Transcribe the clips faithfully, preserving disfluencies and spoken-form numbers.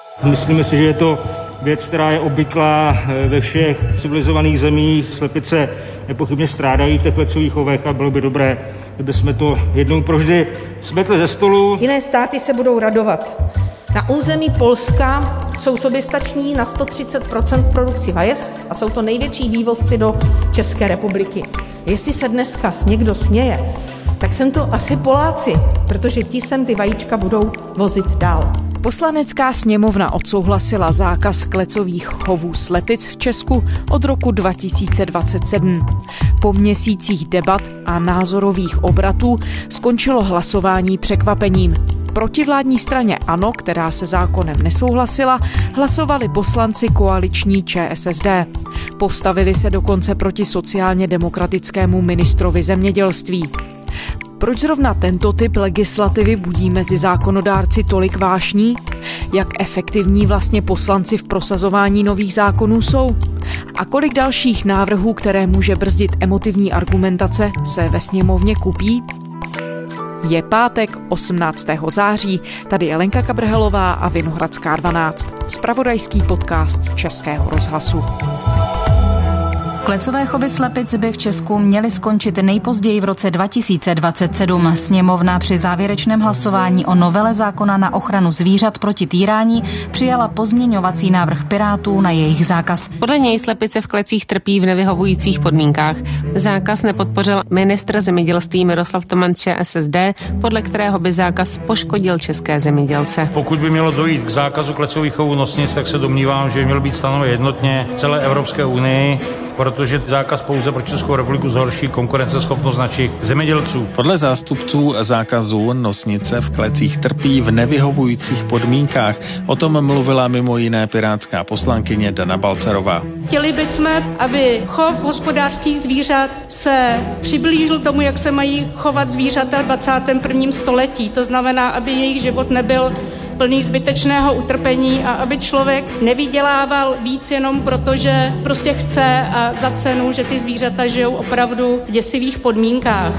Myslíme si, že je to věc, která je obvyklá ve všech civilizovaných zemích. Slepice nepochybně strádají v těch klecových chovech a bylo by dobré, kdyby jsme to jednou provždy smetli ze stolu. Jiné státy se budou radovat. Na území Polska jsou soběstační na sto třicet procent v produkci vajec a jsou to největší vývozci do České republiky. Jestli se dneska někdo směje, tak jsem to asi Poláci, protože ti sem ty vajíčka budou vozit dál. Poslanecká sněmovna odsouhlasila zákaz klecových chovů slepic v Česku od roku dva tisíce dvacet sedm. Po měsících debat a názorových obratů skončilo hlasování překvapením. Proti vládní straně ANO, která se zákonem nesouhlasila, hlasovali poslanci koaliční ČSSD. Postavili se dokonce proti sociálně demokratickému ministrovi zemědělství. Proč zrovna tento typ legislativy budí mezi zákonodárci tolik vášní? Jak efektivní vlastně poslanci v prosazování nových zákonů jsou? A kolik dalších návrhů, které může brzdit emotivní argumentace, se ve sněmovně kupí? Je pátek osmnáctého září, tady je Lenka Kabrhelová a Vinohradská dvanáct, zpravodajský podcast Českého rozhlasu. Klecové chovy slepic by v Česku měly skončit nejpozději v roce dva tisíce dvacet sedm. Sněmovna při závěrečném hlasování o novele zákona na ochranu zvířat proti týrání přijala pozměňovací návrh Pirátů na jejich zákaz. Podle něj slepice v klecích trpí v nevyhovujících podmínkách. Zákaz nepodpořil ministr zemědělství Miroslav Toman z ČSSD, podle kterého by zákaz poškodil české zemědělce. Pokud by mělo dojít k zákazu klecových chovů nosnic, tak se domnívám, že by měl být stanoven jednotně v celé Evropské unii, protože zákaz pouze pro Českou republiku zhorší konkurenceschopnost našich zemědělců. Podle zástupců zákazu nosnice v klecích trpí v nevyhovujících podmínkách. O tom mluvila mimo jiné pirátská poslankyně Dana Balcarová. Chtěli bychom, aby chov hospodářských zvířat se přiblížil tomu, jak se mají chovat zvířata v dvacátém prvním století. To znamená, aby jejich život nebyl plný zbytečného utrpení a aby člověk nevydělával víc jenom proto, že prostě chce a za cenu, že ty zvířata žijou opravdu v děsivých podmínkách.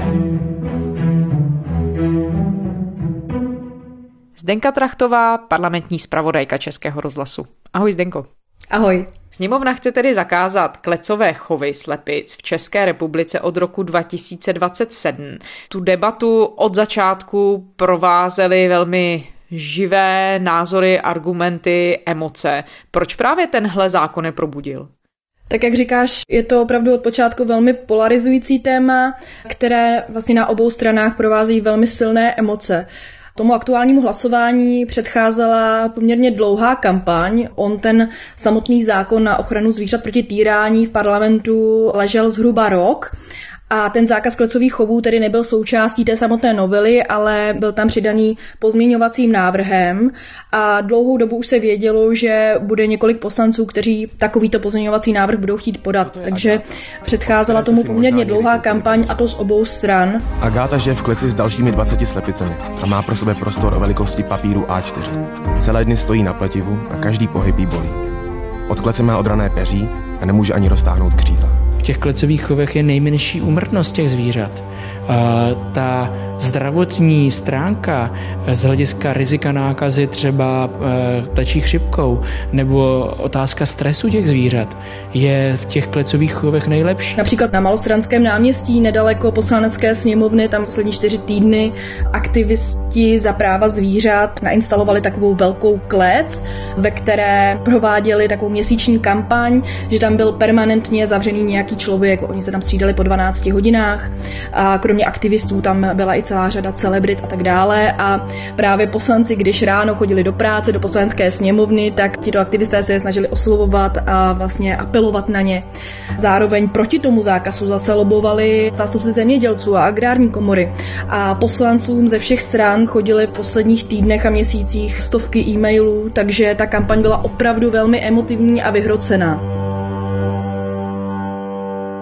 Zdenka Trachtová, parlamentní zpravodajka Českého rozhlasu. Ahoj Zdenko. Ahoj. Sněmovna chce tedy zakázat klecové chovy slepic v České republice od roku dva tisíce dvacet sedm. Tu debatu od začátku provázely velmi živé názory, argumenty, emoce. Proč právě tenhle zákon neprobudil? Tak jak říkáš, je to opravdu od počátku velmi polarizující téma, které vlastně na obou stranách provází velmi silné emoce. Tomu aktuálnímu hlasování předcházela poměrně dlouhá kampaň. On ten samotný zákon na ochranu zvířat proti týrání v parlamentu ležel zhruba rok. A ten zákaz klecových chovů tedy nebyl součástí té samotné novely, ale byl tam přidaný pozměňovacím návrhem a dlouhou dobu už se vědělo, že bude několik poslanců, kteří takovýto pozměňovací návrh budou chtít podat. Takže předcházela tomu poměrně dlouhá kampaň a to z obou stran. Agáta žije v kleci s dalšími dvaceti slepicemi a má pro sebe prostor o velikosti papíru á čtyři. Celé dny stojí na pletivu a každý pohyb jí bolí. Od klece má odrané peří a nemůže ani roztáhnout křídla. V těch klecových chovech je nejmenší úmrtnost těch zvířat. A ta zdravotní stránka z hlediska rizika nákazy třeba ptačí chřipkou nebo otázka stresu těch zvířat je v těch klecových chovech nejlepší. Například na Malostranském náměstí nedaleko Poslanecké sněmovny tam poslední čtyři týdny aktivisti za práva zvířat nainstalovali takovou velkou klec, ve které prováděli takovou měsíční kampaň, že tam byl permanentně zavřený nějaký člověk, oni se tam střídali po dvanácti hodinách a kromě aktivistů tam byla i celá řada celebrit a tak dále a právě poslanci, když ráno chodili do práce, do Poslanecké sněmovny, tak tito aktivisté se je snažili oslovovat a vlastně apelovat na ně. Zároveň proti tomu zákazu zase lobovali zástupci zemědělců a agrární komory a poslancům ze všech stran chodili v posledních týdnech a měsících stovky e-mailů, takže ta kampaň byla opravdu velmi emotivní a vyhrocená.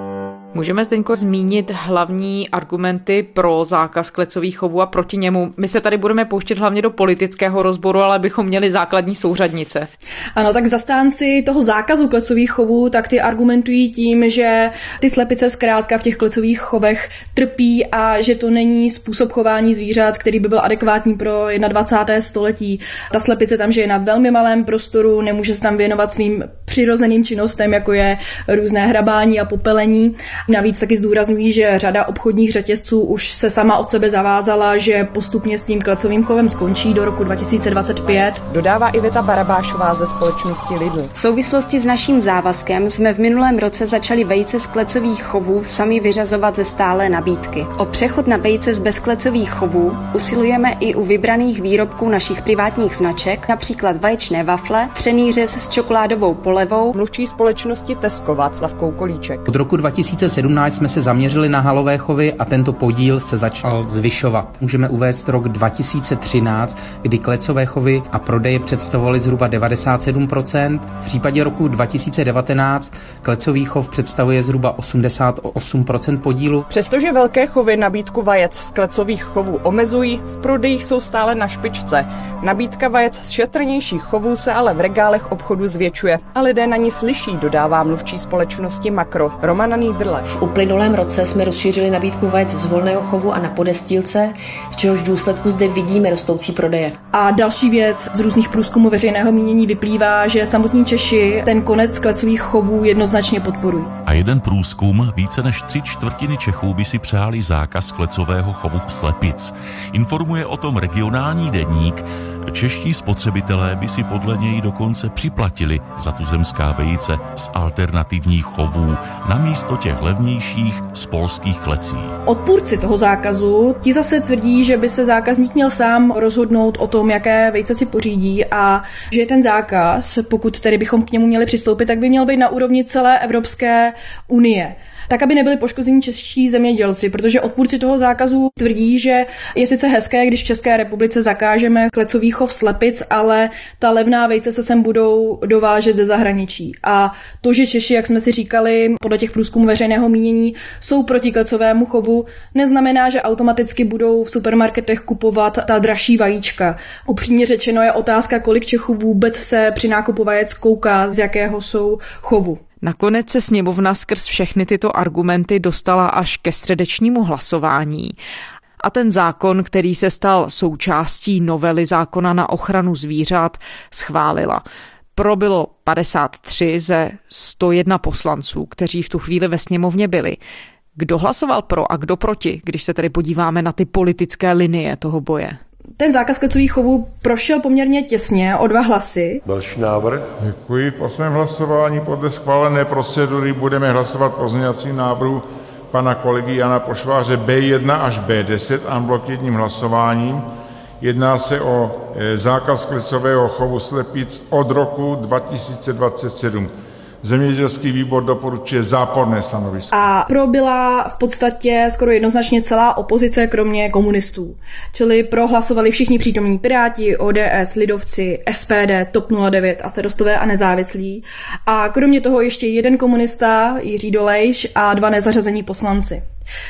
Můžeme, Zdeňko, zmínit hlavní argumenty pro zákaz klecových chovů a proti němu? My se tady budeme pouštět hlavně do politického rozboru, ale bychom měli základní souřadnice. Ano, tak zastánci toho zákazu klecových chovů, tak ty argumentují tím, že ty slepice zkrátka v těch klecových chovech trpí a že to není způsob chování zvířat, který by byl adekvátní pro dvacátého prvního století. Ta slepice tam žije na velmi malém prostoru, nemůže se tam věnovat svým přirozeným činnostem, jako je různé hrabání a popelení. Navíc taky zdůrazňují, že řada obchodních řetězců už se sama od sebe zavázala, že postupně s tím klecovým chovem skončí do roku dva tisíce dvacet pět. Dodává Iveta Barabášová ze společnosti Lidl. V souvislosti s naším závazkem jsme v minulém roce začali vejce z klecových chovů sami vyřazovat ze stálé nabídky. O přechod na vejce z bezklecových chovů usilujeme i u vybraných výrobků našich privátních značek, například vaječné wafle, třený řez s čokoládovou polevou. Mluvčí společnosti Tesco Václav Koukolíček. Od roku dva tisíce sedmnáct jsme se zaměřili na halové chovy a tento podíl se začal zvyšovat. Můžeme uvést rok dva tisíce třináct, kdy klecové chovy a prodeje představovaly zhruba devadesát sedm procent. V případě roku dva tisíce devatenáct klecový chov představuje zhruba osmdesát osm procent podílu. Přestože velké chovy nabídku vajec z klecových chovů omezují, v prodejích jsou stále na špičce. Nabídka vajec z šetrnějších chovů se ale v regálech obchodu zvětšuje a lidé na ní slyší, dodává mluvčí společnosti Makro Romana Nýdrle. V uplynulém roce jsme rozšířili nabídku vajec z volného chovu a na podestýlce, v čehož důsledku zde vidíme rostoucí prodeje. A další věc, z různých průzkumů veřejného mínění vyplývá, že samotní Češi ten konec klecových chovů jednoznačně podporují. A jeden průzkum, více než tři čtvrtiny Čechů by si přáli zákaz klecového chovu slepic. Informuje o tom regionální deník. Čeští spotřebitelé by si podle něj dokonce připlatili za tuzemská vejce z alternativních chovů namísto těch levnějších z polských klecí. Odpůrci toho zákazu, ti zase tvrdí, že by se zákazník měl sám rozhodnout o tom, jaké vejce si pořídí a že ten zákaz, pokud tedy bychom k němu měli přistoupit, tak by měl být na úrovni celé Evropské unie. Tak, aby nebyli poškození čeští zemědělci, protože odpůrci toho zákazu tvrdí, že je sice hezké, když v České republice zakážeme klecový chov slepic, ale ta levná vejce se sem budou dovážet ze zahraničí. A to, že Češi, jak jsme si říkali, podle těch průzkumů veřejného mínění jsou proti klecovému chovu, neznamená, že automaticky budou v supermarketech kupovat ta dražší vajíčka. Upřímně řečeno je otázka, kolik Čechů vůbec se při nákupu vajec kouká, z jakého jsou chovu. Nakonec se sněmovna skrz všechny tyto argumenty dostala až ke středečnímu hlasování. A ten zákon, který se stal součástí novely zákona na ochranu zvířat, schválila. Pro bylo padesát tři ze sto jedna poslanců, kteří v tu chvíli ve sněmovně byli. Kdo hlasoval pro a kdo proti, když se tedy podíváme na ty politické linie toho boje? Ten zákaz klecových chovů prošel poměrně těsně o dva hlasy. Další návrh. Děkuji. V osmém hlasování podle schválené procedury budeme hlasovat pozměňovací návrhu pana kolegy Jana Pošváře bé jedna až bé deset en bloc jedním hlasováním. Jedná se o zákaz klecového chovu slepic od roku dva tisíce dvacet sedm. Zemědělský výbor doporučuje záporné stanovisko. A pro byla v podstatě skoro jednoznačně celá opozice, kromě komunistů. Čili pro hlasovali všichni přítomní Piráti, ó dé es, Lidovci, es pé dé, TOP nula devět a Starostové a nezávislí. A kromě toho ještě jeden komunista, Jiří Dolejš, a dva nezařazení poslanci.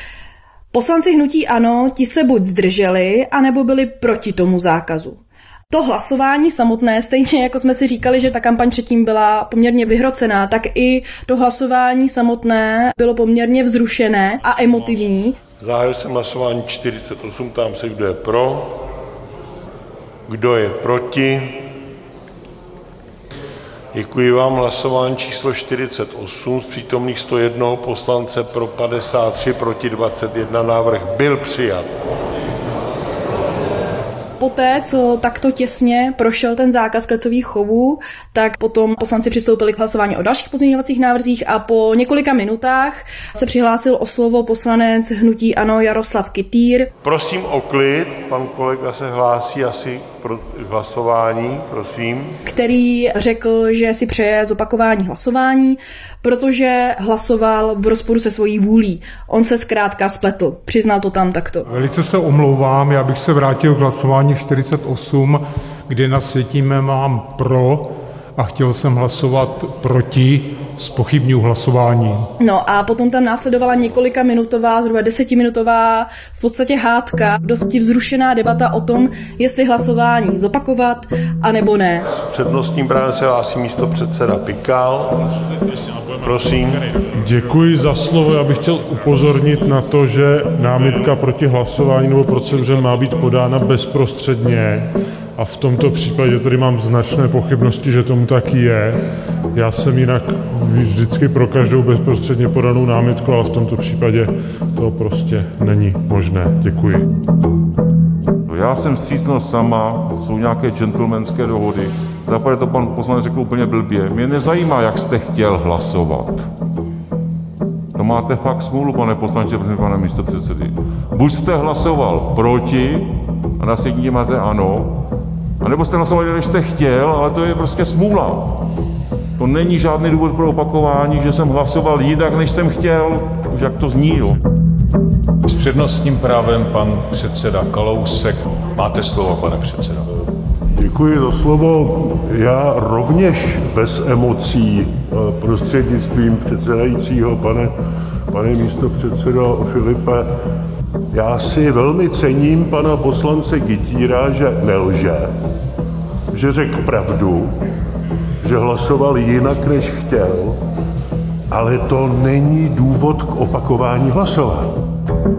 Poslanci hnutí ANO, ti se buď zdrželi, anebo byli proti tomu zákazu. To hlasování samotné, stejně jako jsme si říkali, že ta kampaň předtím byla poměrně vyhrocená, tak i to hlasování samotné bylo poměrně vzrušené a emotivní. Zahájil jsem hlasování čtyřicet osm, ptám se, kdo je pro, kdo je proti. Děkuji vám. Hlasování číslo čtyřicet osm, z přítomných sto jedna poslance pro padesát tři, proti dvacet jedna, návrh byl přijat. Poté, co takto těsně prošel ten zákaz klecových chovů, tak potom poslanci přistoupili k hlasování o dalších pozměňovacích návrzích a po několika minutách se přihlásil o slovo poslanec hnutí ANO Jaroslav Kytýr. Prosím o klid, pan kolega se hlásí asi pro hlasování, prosím. Který řekl, že si přeje zopakování hlasování, protože hlasoval v rozporu se svojí vůlí. On se zkrátka spletl, přiznal to tam takto. Velice se omlouvám, já bych se vrátil k hlasování čtyřicet osm, kde na sjetíme mám pro a chtěl jsem hlasovat proti, zpochybňuji hlasování. No a potom tam následovala několika minutová, zhruba desetiminutová v podstatě hádka, dosti vzrušená debata o tom, jestli hlasování zopakovat, anebo ne. S přednostním právem se hlásí místopředseda Pikal. Prosím. Děkuji za slovo. Já bych chtěl upozornit na to, že námitka proti hlasování nebo proceduře má být podána bezprostředně. A v tomto případě tady mám značné pochybnosti, že tomu tak je. Já jsem jinak vždycky pro každou bezprostředně podanou námitku, ale v tomto případě to prostě není možné. Děkuji. Já jsem vstřícnost sama, jsou nějaké gentlemanské dohody. Zaprvé to pan poslanec řekl úplně blbě. Mě nezajímá, jak jste chtěl hlasovat. To máte fakt smůlu, pane poslanče, pane místopředsedy. Buď jste hlasoval proti a na sjetině máte ano, a nebo jste hlasovali, než jste chtěl, ale to je prostě smůla. To není žádný důvod pro opakování, že jsem hlasoval jinak, než jsem chtěl. Už jak to zní, jo. S přednostním právem pan předseda Kalousek. Máte slovo, pane předsedo. Děkuji za slovo. Já rovněž bez emocí prostřednictvím předsedajícího, pane, pane místopředsedo Filipe, já si velmi cením pana poslance Kytýra, že nelže, že řekl pravdu, že hlasoval jinak, než chtěl, ale to není důvod k opakování hlasování.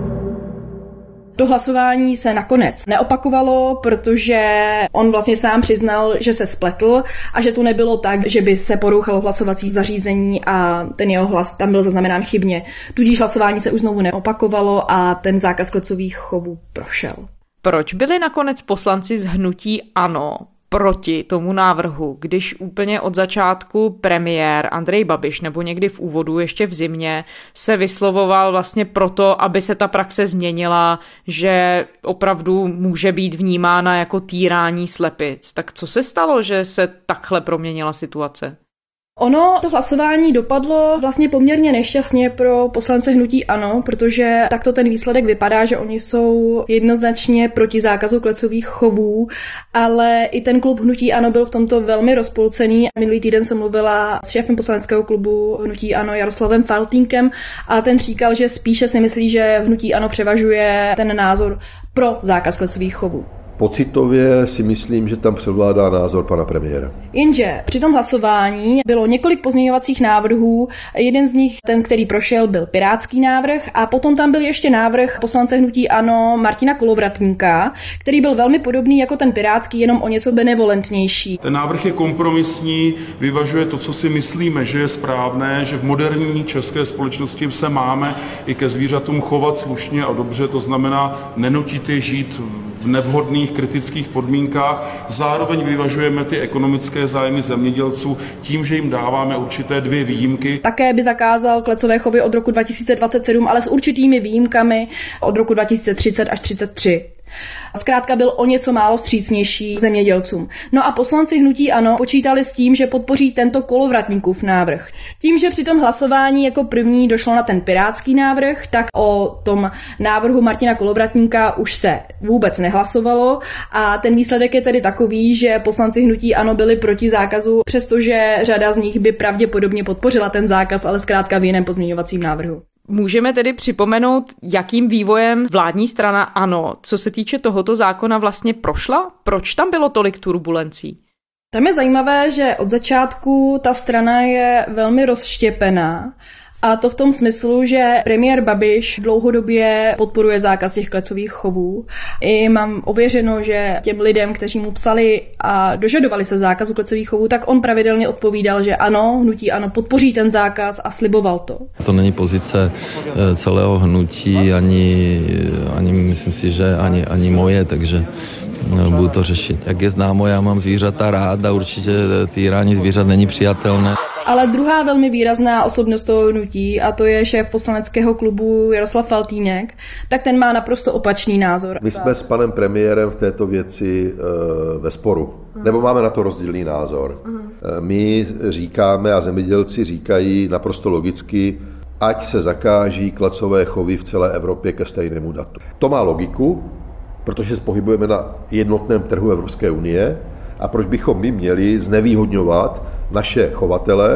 To hlasování se nakonec neopakovalo, protože on vlastně sám přiznal, že se spletl a že to nebylo tak, že by se porouchalo hlasovací zařízení a ten jeho hlas tam byl zaznamenán chybně. Tudíž hlasování se už znovu neopakovalo a ten zákaz klecových chovů prošel. Proč byli nakonec poslanci z hnutí ANO proti tomu návrhu, když úplně od začátku premiér Andrej Babiš nebo někdy v úvodu ještě v zimě se vyslovoval vlastně proto, aby se ta praxe změnila, že opravdu může být vnímána jako týrání slepic. Tak co se stalo, že se takhle proměnila situace? Ono to hlasování dopadlo vlastně poměrně nešťastně pro poslance hnutí ANO, protože takto ten výsledek vypadá, že oni jsou jednoznačně proti zákazu klecových chovů, ale i ten klub hnutí ANO byl v tomto velmi rozpolcený. Minulý týden jsem mluvila s šéfem poslaneckého klubu hnutí ANO Jaroslavem Faltýnkem a ten říkal, že spíše si myslí, že v hnutí ANO převažuje ten názor pro zákaz klecových chovů. Pocitově si myslím, že tam převládá názor pana premiéra. Jenže při tom hlasování bylo několik pozměňovacích návrhů. Jeden z nich, ten, který prošel, byl pirátský návrh a potom tam byl ještě návrh poslance hnutí ANO Martina Kolovratníka, který byl velmi podobný jako ten pirátský, jenom o něco benevolentnější. Ten návrh je kompromisní, vyvažuje to, co si myslíme, že je správné, že v moderní české společnosti se máme i ke zvířatům chovat slušně a dobře, to znamená nenutit je žít v nevhodných kritických podmínkách. Zároveň vyvažujeme ty ekonomické zájmy zemědělců tím, že jim dáváme určité dvě výjimky. Také by zakázal klecové chovy od roku dva tisíce dvacet sedm, ale s určitými výjimkami od roku dva tisíce třicet až třicet tři. Zkrátka byl o něco málo vstřícnější k zemědělcům. No a poslanci hnutí ANO počítali s tím, že podpoří tento Kolovratníkův návrh. Tím, že při tom hlasování jako první došlo na ten pirátský návrh, tak o tom návrhu Martina Kolovratníka už se vůbec nehlasovalo a ten výsledek je tedy takový, že poslanci hnutí ANO byli proti zákazu, přestože řada z nich by pravděpodobně podpořila ten zákaz, ale zkrátka v jiném pozměňovacím návrhu. Můžeme tedy připomenout, jakým vývojem vládní strana ANO, co se týče tohoto zákona, vlastně prošla? Proč tam bylo tolik turbulencí? Tam je zajímavé, že od začátku ta strana je velmi rozštěpená. A to v tom smyslu, že premiér Babiš dlouhodobě podporuje zákaz těch klecových chovů. I mám ověřeno, že těm lidem, kteří mu psali a dožadovali se zákazu klecových chovů, tak on pravidelně odpovídal, že ano, hnutí ANO podpoří ten zákaz a sliboval to. To není pozice celého hnutí, ani, ani myslím si, že ani, ani moje, takže no, budu to řešit. Jak je známo, já mám zvířata rád a určitě týrání zvířat není přijatelné. Ale druhá velmi výrazná osobnost toho hnutí, a to je šéf poslaneckého klubu Jaroslav Faltýnek, tak ten má naprosto opačný názor. My jsme s panem premiérem v této věci e, ve sporu. Nebo máme na to rozdílný názor. E, my říkáme a zemědělci říkají naprosto logicky, ať se zakáží klecové chovy v celé Evropě ke stejnému datu. To má logiku, protože se pohybujeme na jednotném trhu Evropské unie a proč bychom my měli znevýhodňovat naše chovatele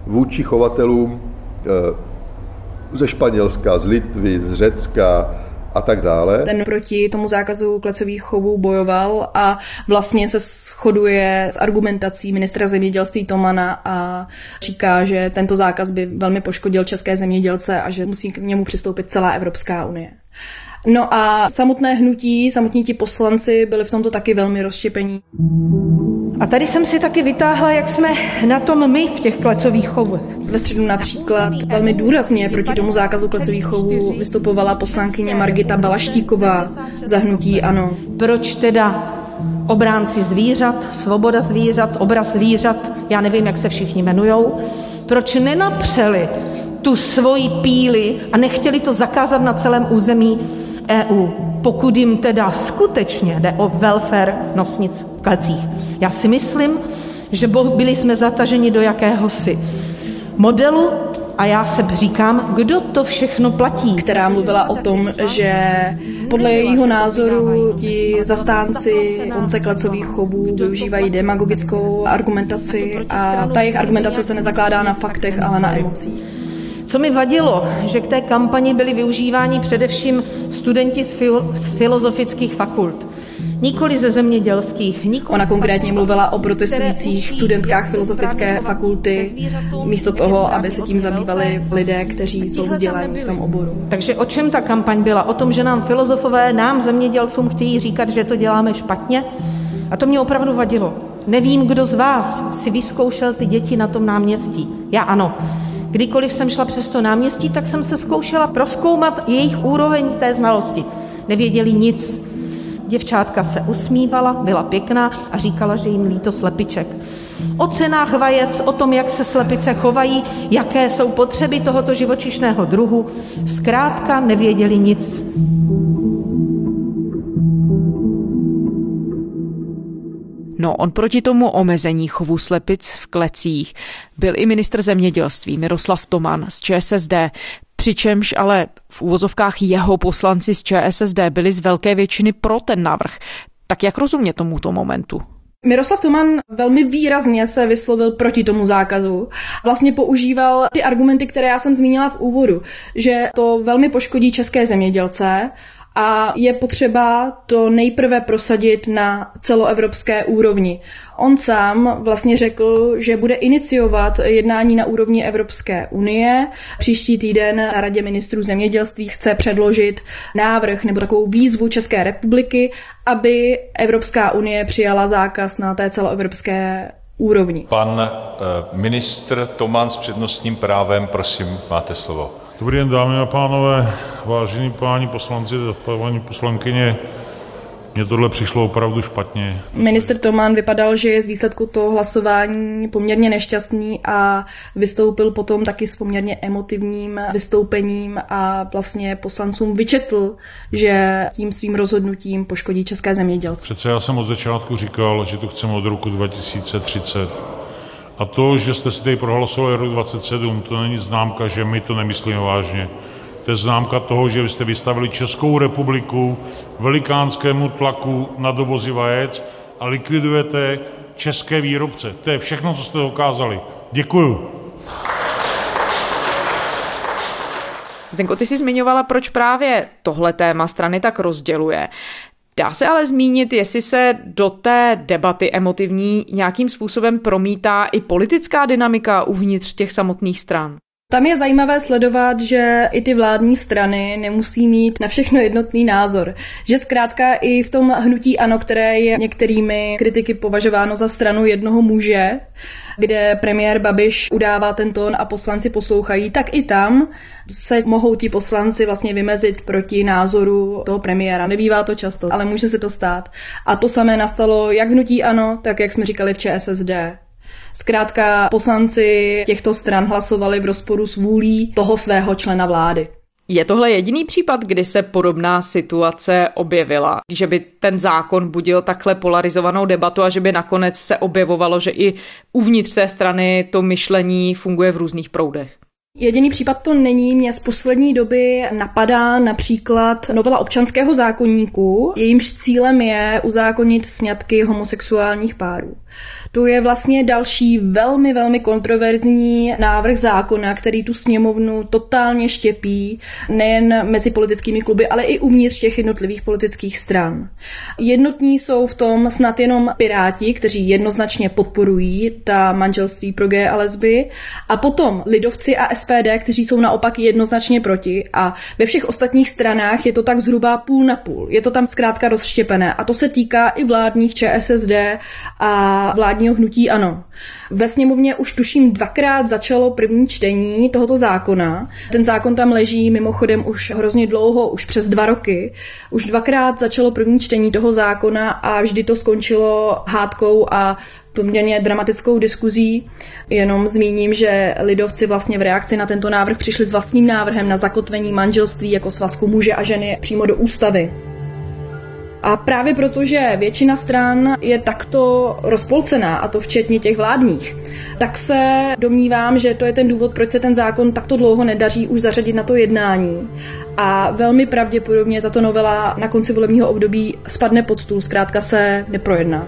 vůči chovatelům ze Španělska, z Litvy, z Řecka a tak dále. Ten proti tomu zákazu klecových chovů bojoval a vlastně se shoduje s argumentací ministra zemědělství Tomana a říká, že tento zákaz by velmi poškodil české zemědělce a že musí k němu přistoupit celá Evropská unie. No a samotné hnutí, samotní ti poslanci byli v tomto taky velmi rozštěpení. A tady jsem si taky vytáhla, jak jsme na tom my v těch klecových chovech. Ve středu například velmi důrazně proti tomu zákazu klecových chovů vystupovala poslankyně Margita Balaštíková za hnutí ANO. Proč teda obránci zvířat, svoboda zvířat, obraz zvířat, já nevím, jak se všichni jmenujou, proč nenapřeli tu svoji píli a nechtěli to zakázat na celém území E U, pokud jim teda skutečně jde o welfare nosnic v klecích. Já si myslím, že byli jsme zataženi do jakéhosi modelu a já se říkám, kdo to všechno platí. Která mluvila o tom, že podle jejího názoru ti zastánci konce klecových chovů využívají demagogickou argumentaci a ta jejich argumentace se nezakládá na faktech, ale na emocích. Co mi vadilo, že k té kampani byli využíváni především studenti z, fil- z filozofických fakult. Nikoli ze zemědělských. Nikoli. Ona konkrétně mluvila o protestujících studentkách filozofické fakulty, místo toho, aby se tím zabývali lidé, kteří jsou vzdělaní v tom oboru. Takže o čem ta kampaň byla? O tom, že nám filozofové, nám zemědělcům chtějí říkat, že to děláme špatně? A to mě opravdu vadilo. Nevím, kdo z vás si vyzkoušel ty děti na tom náměstí. Já ano. Kdykoliv jsem šla přes to náměstí, tak jsem se zkoušela prozkoumat jejich úroveň té znalosti. Nevěděli nic. Děvčátka se usmívala, byla pěkná a říkala, že jim líto slepiček. O cenách vajec, o tom, jak se slepice chovají, jaké jsou potřeby tohoto živočišného druhu, zkrátka nevěděli nic. No, on proti tomu omezení chovu slepic v klecích byl i ministr zemědělství Miroslav Toman z ČSSD, přičemž ale v úvozovkách jeho poslanci z ČSSD byli z velké většiny pro ten návrh. Tak jak rozumět tomuto momentu? Miroslav Toman velmi výrazně se vyslovil proti tomu zákazu. Vlastně používal ty argumenty, které já jsem zmínila v úvodu, že to velmi poškodí české zemědělce a je potřeba to nejprve prosadit na celoevropské úrovni. On sám vlastně řekl, že bude iniciovat jednání na úrovni Evropské unie. Příští týden na Radě ministrů zemědělství chce předložit návrh nebo takovou výzvu České republiky, aby Evropská unie přijala zákaz na té celoevropské úrovni. Pan ministr Toman s přednostním právem, prosím, máte slovo. Dobrý den, dámy a pánové, vážení páni poslanci, paní poslankyně, mně tohle přišlo opravdu špatně. Ministr Toman vypadal, že je z výsledku toho hlasování poměrně nešťastný a vystoupil potom taky s poměrně emotivním vystoupením a vlastně poslancům vyčetl, že tím svým rozhodnutím poškodí české zemědělce. Přece já jsem od začátku říkal, že to chceme od roku dva tisíce třicet. A to, že jste si tady prohlasovali rok dvacet sedm, to není známka, že my to nemyslíme vážně. To je známka toho, že vy jste vystavili Českou republiku velikánskému tlaku na dovozy vajec a likvidujete české výrobce. To je všechno, co jste dokázali. Děkuju. Zdenko, ty jsi zmiňovala, proč právě tohle téma strany tak rozděluje. Dá se ale zmínit, jestli se do té debaty emotivní nějakým způsobem promítá i politická dynamika uvnitř těch samotných stran? Tam je zajímavé sledovat, že i ty vládní strany nemusí mít na všechno jednotný názor. Že zkrátka i v tom hnutí ANO, které je některými kritiky považováno za stranu jednoho muže, kde premiér Babiš udává ten tón a poslanci poslouchají, tak i tam se mohou ti poslanci vlastně vymezit proti názoru toho premiéra. Nebývá to často, ale může se to stát. A to samé nastalo jak hnutí ANO, tak jak jsme říkali v ČSSD. Zkrátka poslanci těchto stran hlasovali v rozporu s vůlí toho svého člena vlády. Je tohle jediný případ, kdy se podobná situace objevila? Že by ten zákon budil takhle polarizovanou debatu a že by nakonec se objevovalo, že i uvnitř té strany to myšlení funguje v různých proudech? Jediný případ to není, mě z poslední doby napadá například novela občanského zákoníku, jejímž cílem je uzákonit sňatky homosexuálních párů. To je vlastně další velmi, velmi kontroverzní návrh zákona, který tu sněmovnu totálně štěpí, nejen mezi politickými kluby, ale i uvnitř těch jednotlivých politických stran. Jednotní jsou v tom snad jenom Piráti, kteří jednoznačně podporují ta manželství pro gay a lesby, a potom lidovci a S P D, kteří jsou naopak jednoznačně proti, a ve všech ostatních stranách je to tak zhruba půl na půl. Je to tam zkrátka rozštěpené a to se týká i vládních Č S S D a vládního hnutí ANO. Ve sněmovně už tuším dvakrát začalo první čtení tohoto zákona. Ten zákon tam leží mimochodem už hrozně dlouho, už přes dva roky. Už dvakrát začalo první čtení toho zákona a vždy to skončilo hádkou a poměrně dramatickou diskuzí. Jenom zmíním, že lidovci vlastně v reakci na tento návrh přišli s vlastním návrhem na zakotvení manželství jako svazku muže a ženy přímo do ústavy. A právě proto, že většina stran je takto rozpolcená, a to včetně těch vládních, tak se domnívám, že to je ten důvod, proč se ten zákon takto dlouho nedaří už zařadit na to jednání. A velmi pravděpodobně tato novela na konci volebního období spadne pod stůl, zkrátka se neprojedná.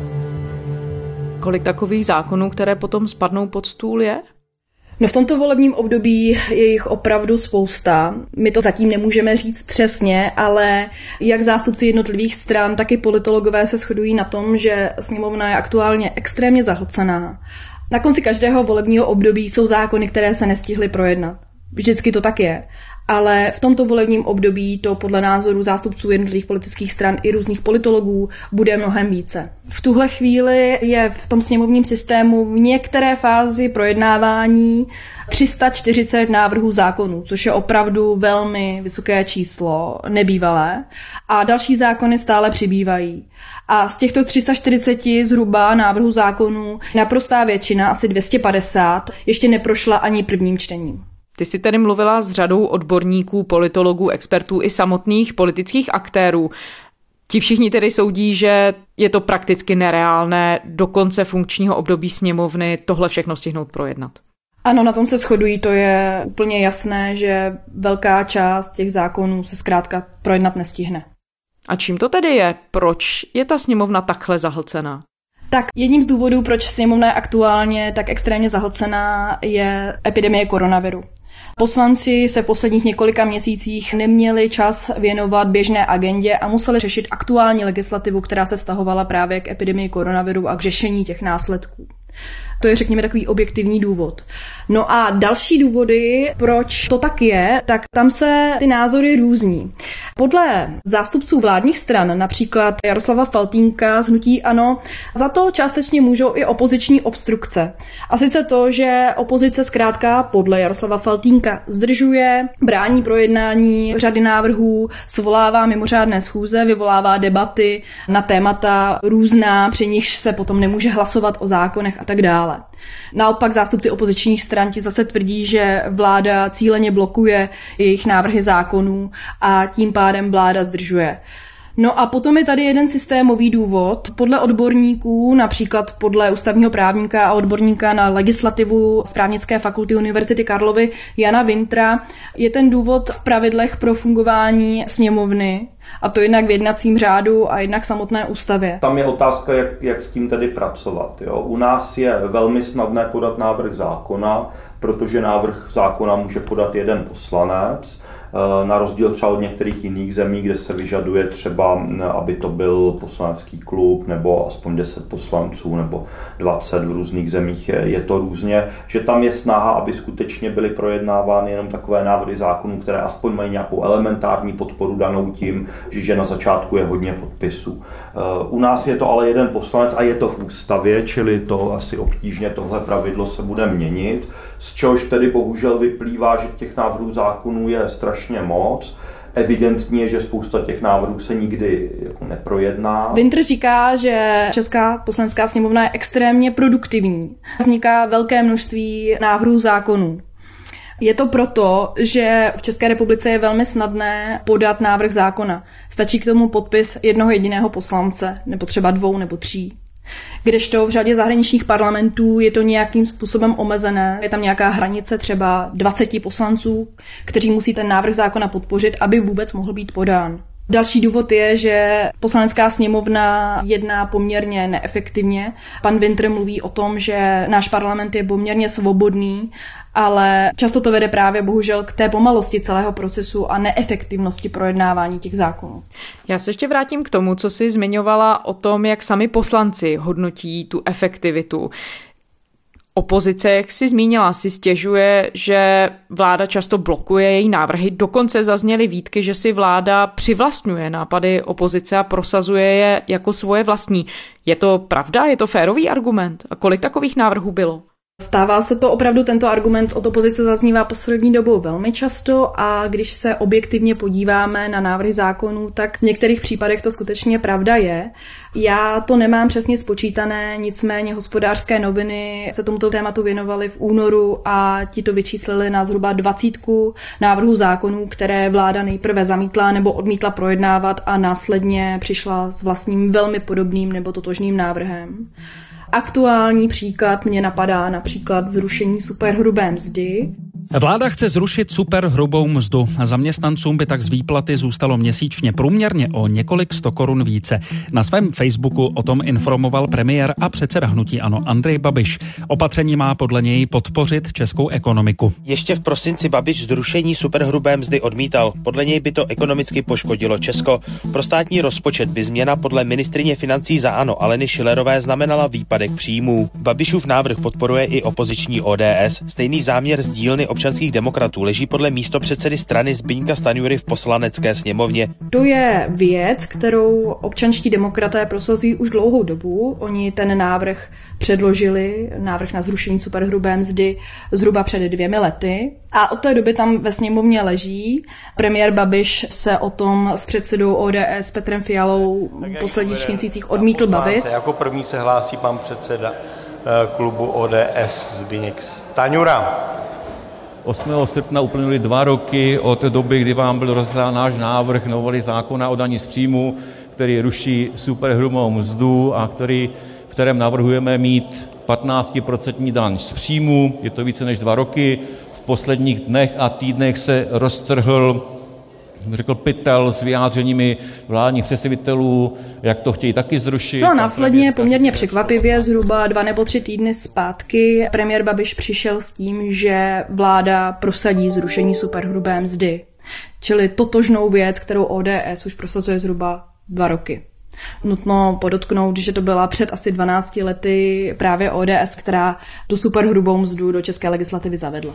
Kolik takových zákonů, které potom spadnou pod stůl, je? No v tomto volebním období je jich opravdu spousta. My to zatím nemůžeme říct přesně, ale jak zástupci jednotlivých stran, tak i politologové se shodují na tom, že sněmovna je aktuálně extrémně zahlcená. Na konci každého volebního období jsou zákony, které se nestihly projednat. Vždycky to tak je. Ale v tomto volebním období to podle názoru zástupců jednotlivých politických stran i různých politologů bude mnohem více. V tuhle chvíli je v tom sněmovním systému v některé fázi projednávání tři sta čtyřicet návrhů zákonů, což je opravdu velmi vysoké číslo, nebývalé. A další zákony stále přibývají. A z těchto tři sta čtyřicet zhruba návrhů zákonů naprostá většina, asi dvě stě padesát, ještě neprošla ani prvním čtením. Ty jsi tady mluvila s řadou odborníků, politologů, expertů i samotných politických aktérů. Ti všichni tedy soudí, že je to prakticky nereálné do konce funkčního období sněmovny tohle všechno stihnout projednat. Ano, na tom se shodují, to je úplně jasné, že velká část těch zákonů se zkrátka projednat nestihne. A čím to tedy je? Proč je ta sněmovna takhle zahlcená? Tak jedním z důvodů, proč sněmovna je aktuálně tak extrémně zahlcená, je epidemie koronaviru. Poslanci se v posledních několika měsících neměli čas věnovat běžné agendě a museli řešit aktuální legislativu, která se vztahovala právě k epidemii koronaviru a k řešení těch následků. To je, řekněme, takový objektivní důvod. No a další důvody, proč to tak je, tak tam se ty názory různí. Podle zástupců vládních stran, například Jaroslava Faltýnka z hnutí ANO, za to částečně můžou i opoziční obstrukce. A sice to, že opozice zkrátka podle Jaroslava Faltýnka zdržuje, brání projednání řady návrhů, svolává mimořádné schůze, vyvolává debaty na témata různá, při nichž se potom nemůže hlasovat o zákonech a tak dále. Naopak zástupci opozičních stran ti zase tvrdí, že vláda cíleně blokuje jejich návrhy zákonů a tím pádem vláda zdržuje. No a potom je tady jeden systémový důvod. Podle odborníků, například podle ústavního právníka a odborníka na legislativu z Právnické fakulty Univerzity Karlovy Jana Wintra, je ten důvod v pravidlech pro fungování sněmovny, a to jednak v jednacím řádu a jednak samotné ústavě. Tam je otázka, jak, jak s tím tedy pracovat. Jo? U nás je velmi snadné podat návrh zákona, protože návrh zákona může podat jeden poslanec, na rozdíl třeba od některých jiných zemí, kde se vyžaduje třeba, aby to byl poslanecký klub nebo aspoň deset poslanců nebo dvacet, v různých zemích je, je to různě, že tam je snaha, aby skutečně byly projednávány jenom takové návrhy zákonů, které aspoň mají nějakou elementární podporu danou tím, že na začátku je hodně podpisů. U nás je to ale jeden poslanec a je to v ústavě, čili to asi obtížně tohle pravidlo se bude měnit, z čehož tedy bohužel vyplývá, že těch návrhů zákonů je strašně moc. Evidentně je, že spousta těch návrhů se nikdy jako neprojedná. Winter říká, že Česká poslanecká sněmovna je extrémně produktivní. Vzniká velké množství návrhů zákonů. Je to proto, že v České republice je velmi snadné podat návrh zákona. Stačí k tomu podpis jednoho jediného poslance, nebo třeba dvou nebo tří. Kdežto v řadě zahraničních parlamentů je to nějakým způsobem omezené. Je tam nějaká hranice třeba dvacet poslanců, kteří musí ten návrh zákona podpořit, aby vůbec mohl být podán. Další důvod je, že Poslanecká sněmovna jedná poměrně neefektivně. Pan Winter mluví o tom, že náš parlament je poměrně svobodný, ale často to vede právě bohužel k té pomalosti celého procesu a neefektivnosti projednávání těch zákonů. Já se ještě vrátím k tomu, co jsi zmiňovala o tom, jak sami poslanci hodnotí tu efektivitu. Opozice, jak jsi zmínila, si stěžuje, že vláda často blokuje její návrhy. Dokonce zazněly výtky, že si vláda přivlastňuje nápady opozice a prosazuje je jako svoje vlastní. Je to pravda? Je to férový argument? A kolik takových návrhů bylo? Stává se to opravdu, tento argument od opozice zaznívá poslední dobou velmi často a když se objektivně podíváme na návrhy zákonů, tak v některých případech to skutečně pravda je. Já to nemám přesně spočítané, nicméně Hospodářské noviny se tomuto tématu věnovaly v únoru a ti to vyčíslili na zhruba dvacítku návrhů zákonů, které vláda nejprve zamítla nebo odmítla projednávat a následně přišla s vlastním velmi podobným nebo totožným návrhem. Aktuální příklad mě napadá například zrušení superhrubé mzdy. Vláda chce zrušit superhrubou mzdu. Zaměstnancům by tak z výplaty zůstalo měsíčně průměrně o několik sto korun více. Na svém Facebooku o tom informoval premiér a předseda hnutí ANO Andrej Babiš. Opatření má podle něj podpořit českou ekonomiku. Ještě v prosinci Babiš zrušení superhrubé mzdy odmítal. Podle něj by to ekonomicky poškodilo Česko. Pro státní rozpočet by změna podle ministryně financí za ANO Aleny Schillerové znamenala výpadek příjmů. Babišův návrh podporuje i opoziční O D S. Stejný záměr z dílny občanských demokratů leží podle místopředsedy strany Zbyňka Stanjury v Poslanecké sněmovně. To je věc, kterou občanští demokraté prosazují už dlouhou dobu. Oni ten návrh předložili, návrh na zrušení superhrubé mzdy zhruba před dvěmi lety. A od té doby tam ve sněmovně leží. Premiér Babiš se o tom s předsedou O D S Petrem Fialou v posledních měsících odmítl bavit. Jako první se hlásí pan předseda klubu O D S Zbyněk Stanjura. osmého srpna uplynuly dva roky od doby, kdy vám byl rozdán náš návrh novely zákona o dani z příjmu, který ruší superhrubou mzdu a který, v kterém navrhujeme mít patnáctiprocentní daň z příjmu. Je to více než dva roky. V posledních dnech a týdnech se roztrhl, řekl pytel s vyjádřeními vládních představitelů, jak to chtějí taky zrušit. No a následně poměrně překvapivě zhruba dva nebo tři týdny zpátky premiér Babiš přišel s tím, že vláda prosadí zrušení superhrubé mzdy. Čili totožnou věc, kterou O D S už prosazuje zhruba dva roky. Nutno podotknout, že to byla před asi dvanácti lety právě O D S, která tu superhrubou mzdu do české legislativy zavedla.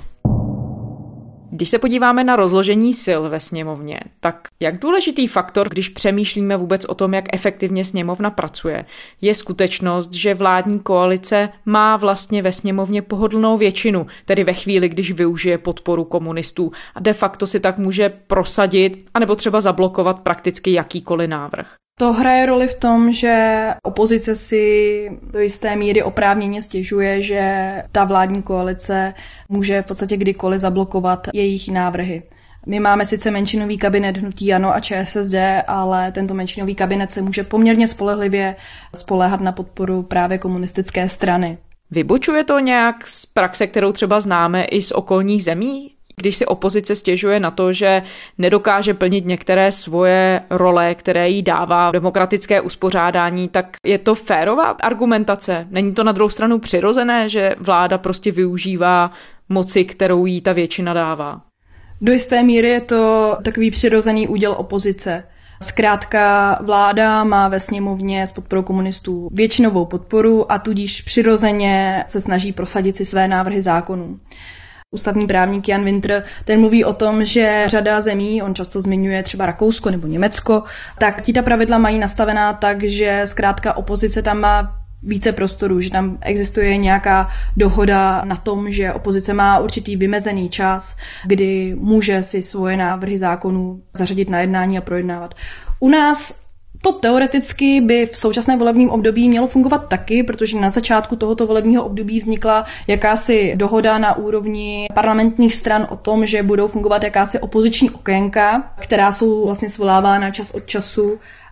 Když se podíváme na rozložení sil ve sněmovně, tak jak důležitý faktor, když přemýšlíme vůbec o tom, jak efektivně sněmovna pracuje, je skutečnost, že vládní koalice má vlastně ve sněmovně pohodlnou většinu, tedy ve chvíli, když využije podporu komunistů a de facto si tak může prosadit anebo třeba zablokovat prakticky jakýkoliv návrh. To hraje roli v tom, že opozice si do jisté míry oprávněně stěžuje, že ta vládní koalice může v podstatě kdykoliv zablokovat jejich návrhy. My máme sice menšinový kabinet hnutí ANO a Č S S D, ale tento menšinový kabinet se může poměrně spolehlivě spoléhat na podporu právě komunistické strany. Vybočuje to nějak z praxe, kterou třeba známe i z okolních zemí? Když si opozice stěžuje na to, že nedokáže plnit některé svoje role, které jí dává demokratické uspořádání, tak je to férová argumentace? Není to na druhou stranu přirozené, že vláda prostě využívá moci, kterou jí ta většina dává? Do jisté míry je to takový přirozený úděl opozice. Zkrátka vláda má ve sněmovně s podporou komunistů většinovou podporu a tudíž přirozeně se snaží prosadit si své návrhy zákonů. Ústavní právník Jan Winter, ten mluví o tom, že řada zemí, on často zmiňuje třeba Rakousko nebo Německo, tak ti ta pravidla mají nastavená tak, že zkrátka opozice tam má více prostoru, že tam existuje nějaká dohoda na tom, že opozice má určitý vymezený čas, kdy může si svoje návrhy zákonů zařadit na jednání a projednávat. U nás to teoreticky by v současném volebním období mělo fungovat taky, protože na začátku tohoto volebního období vznikla jakási dohoda na úrovni parlamentních stran o tom, že budou fungovat jakási opoziční okénka, která jsou vlastně svolávána čas od času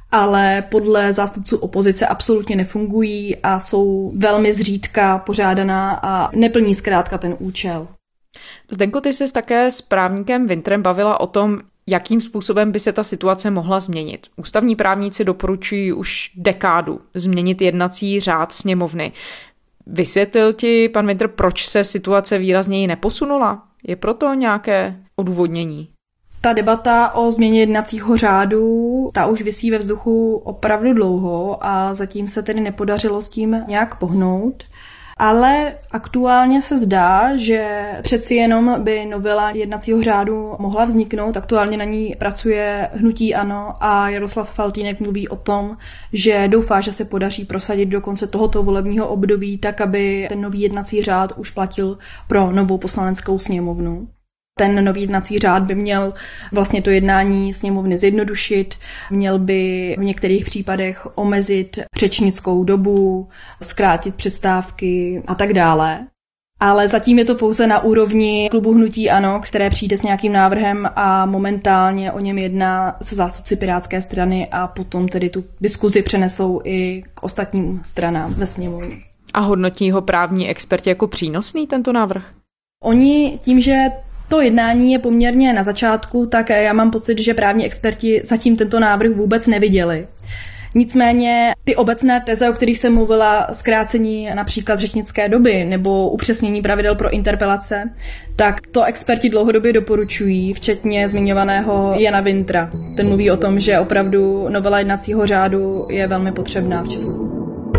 ale podle zástupců opozice absolutně nefungují a jsou velmi zřídka pořádaná a neplní zkrátka ten účel. Zdenko, ty ses také s právníkem Wintrem bavila o tom, jakým způsobem by se ta situace mohla změnit. Ústavní právníci doporučují už dekádu změnit jednací řád sněmovny. Vysvětlil ti pan Wintr, proč se situace výrazněji neposunula? Je proto nějaké odůvodnění? Ta debata o změně jednacího řádu, ta už visí ve vzduchu opravdu dlouho a zatím se tedy nepodařilo s tím nějak pohnout. Ale aktuálně se zdá, že přeci jenom by novela jednacího řádu mohla vzniknout. Aktuálně na ní pracuje hnutí ANO a Jaroslav Faltýnek mluví o tom, že doufá, že se podaří prosadit do konce tohoto volebního období tak, aby ten nový jednací řád už platil pro novou poslaneckou sněmovnu. Ten nový jednací řád by měl vlastně to jednání sněmovny zjednodušit, měl by v některých případech omezit řečnickou dobu, zkrátit přestávky a tak dále. Ale zatím je to pouze na úrovni klubu hnutí ANO, které přijde s nějakým návrhem a momentálně o něm jedná se zástupci Pirátské strany a potom tedy tu diskuzi přenesou i k ostatním stranám ve sněmovně. A hodnotí ho právní experti jako přínosný tento návrh? Oni tím, že to jednání je poměrně na začátku, tak já mám pocit, že právní experti zatím tento návrh vůbec neviděli. Nicméně ty obecné teze, o kterých jsem mluvila, zkrácení například řečnické doby nebo upřesnění pravidel pro interpelace, tak to experti dlouhodobě doporučují, včetně zmiňovaného Jana Wintra. Ten mluví o tom, že opravdu novela jednacího řádu je velmi potřebná v Česku.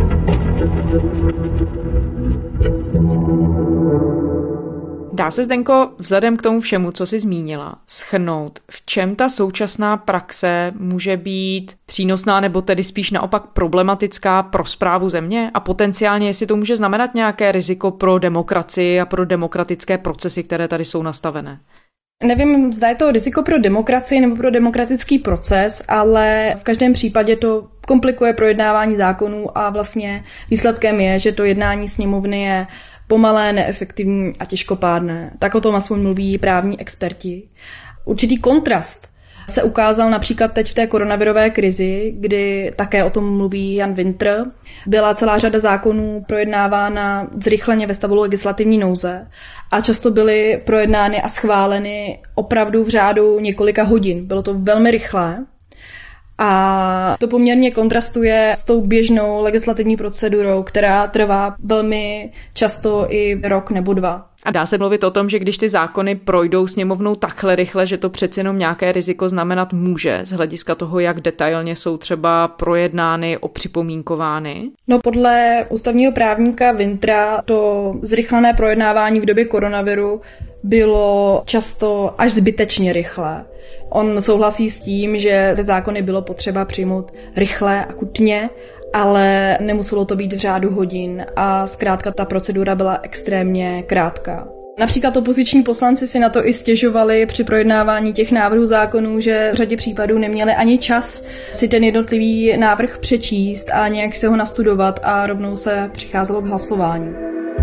Dá se, Zdenko, vzhledem k tomu všemu, co jsi zmínila, shrnout, v čem ta současná praxe může být přínosná nebo tedy spíš naopak problematická pro správu země a potenciálně, jestli to může znamenat nějaké riziko pro demokracii a pro demokratické procesy, které tady jsou nastavené? Nevím, zda je to riziko pro demokracii nebo pro demokratický proces, ale v každém případě to komplikuje projednávání zákonů a vlastně výsledkem je, že to jednání sněmovny je pomalé, neefektivní a těžkopádné. Tak o tom aspoň mluví právní experti. Určitý kontrast se ukázal například teď v té koronavirové krizi, kdy také o tom mluví Jan Wintr. Byla celá řada zákonů projednávána zrychleně ve stavu legislativní nouze a často byly projednány a schváleny opravdu v řádu několika hodin. Bylo to velmi rychlé. A to poměrně kontrastuje s tou běžnou legislativní procedurou, která trvá velmi často i rok nebo dva. A dá se mluvit o tom, že když ty zákony projdou sněmovnou takhle rychle, že to přeci jenom nějaké riziko znamenat může z hlediska toho, jak detailně jsou třeba projednány, opřipomínkovány? No podle ústavního právníka Wintra to zrychlené projednávání v době koronaviru bylo často až zbytečně rychlé. On souhlasí s tím, že ty zákony bylo potřeba přijmout rychle, akutně, ale nemuselo to být v řádu hodin a zkrátka ta procedura byla extrémně krátká. Například opoziční poslanci si na to i stěžovali při projednávání těch návrhů zákonů, že v řadě případů neměli ani čas si ten jednotlivý návrh přečíst a nějak se ho nastudovat a rovnou se přicházelo k hlasování.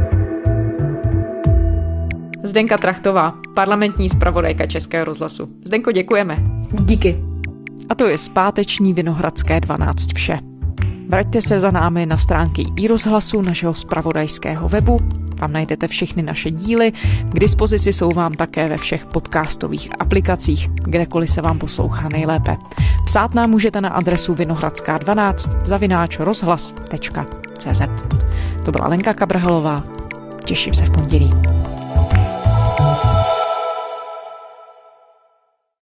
Zdenka Trachtová, parlamentní zpravodajka Českého rozhlasu. Zdenko, děkujeme. Díky. A to je z páteční Vinohradské dvanáct vše. Vraťte se za námi na stránky iRozhlasu, našeho zpravodajského webu. Tam najdete všechny naše díly. K dispozici jsou vám také ve všech podcastových aplikacích, kdekoliv se vám poslouchá nejlépe. Psát nám můžete na adresu vinohradská dvanáct zavináč rozhlas tečka cé zet. To byla Lenka Kabrhalová. Těším se v pondělí.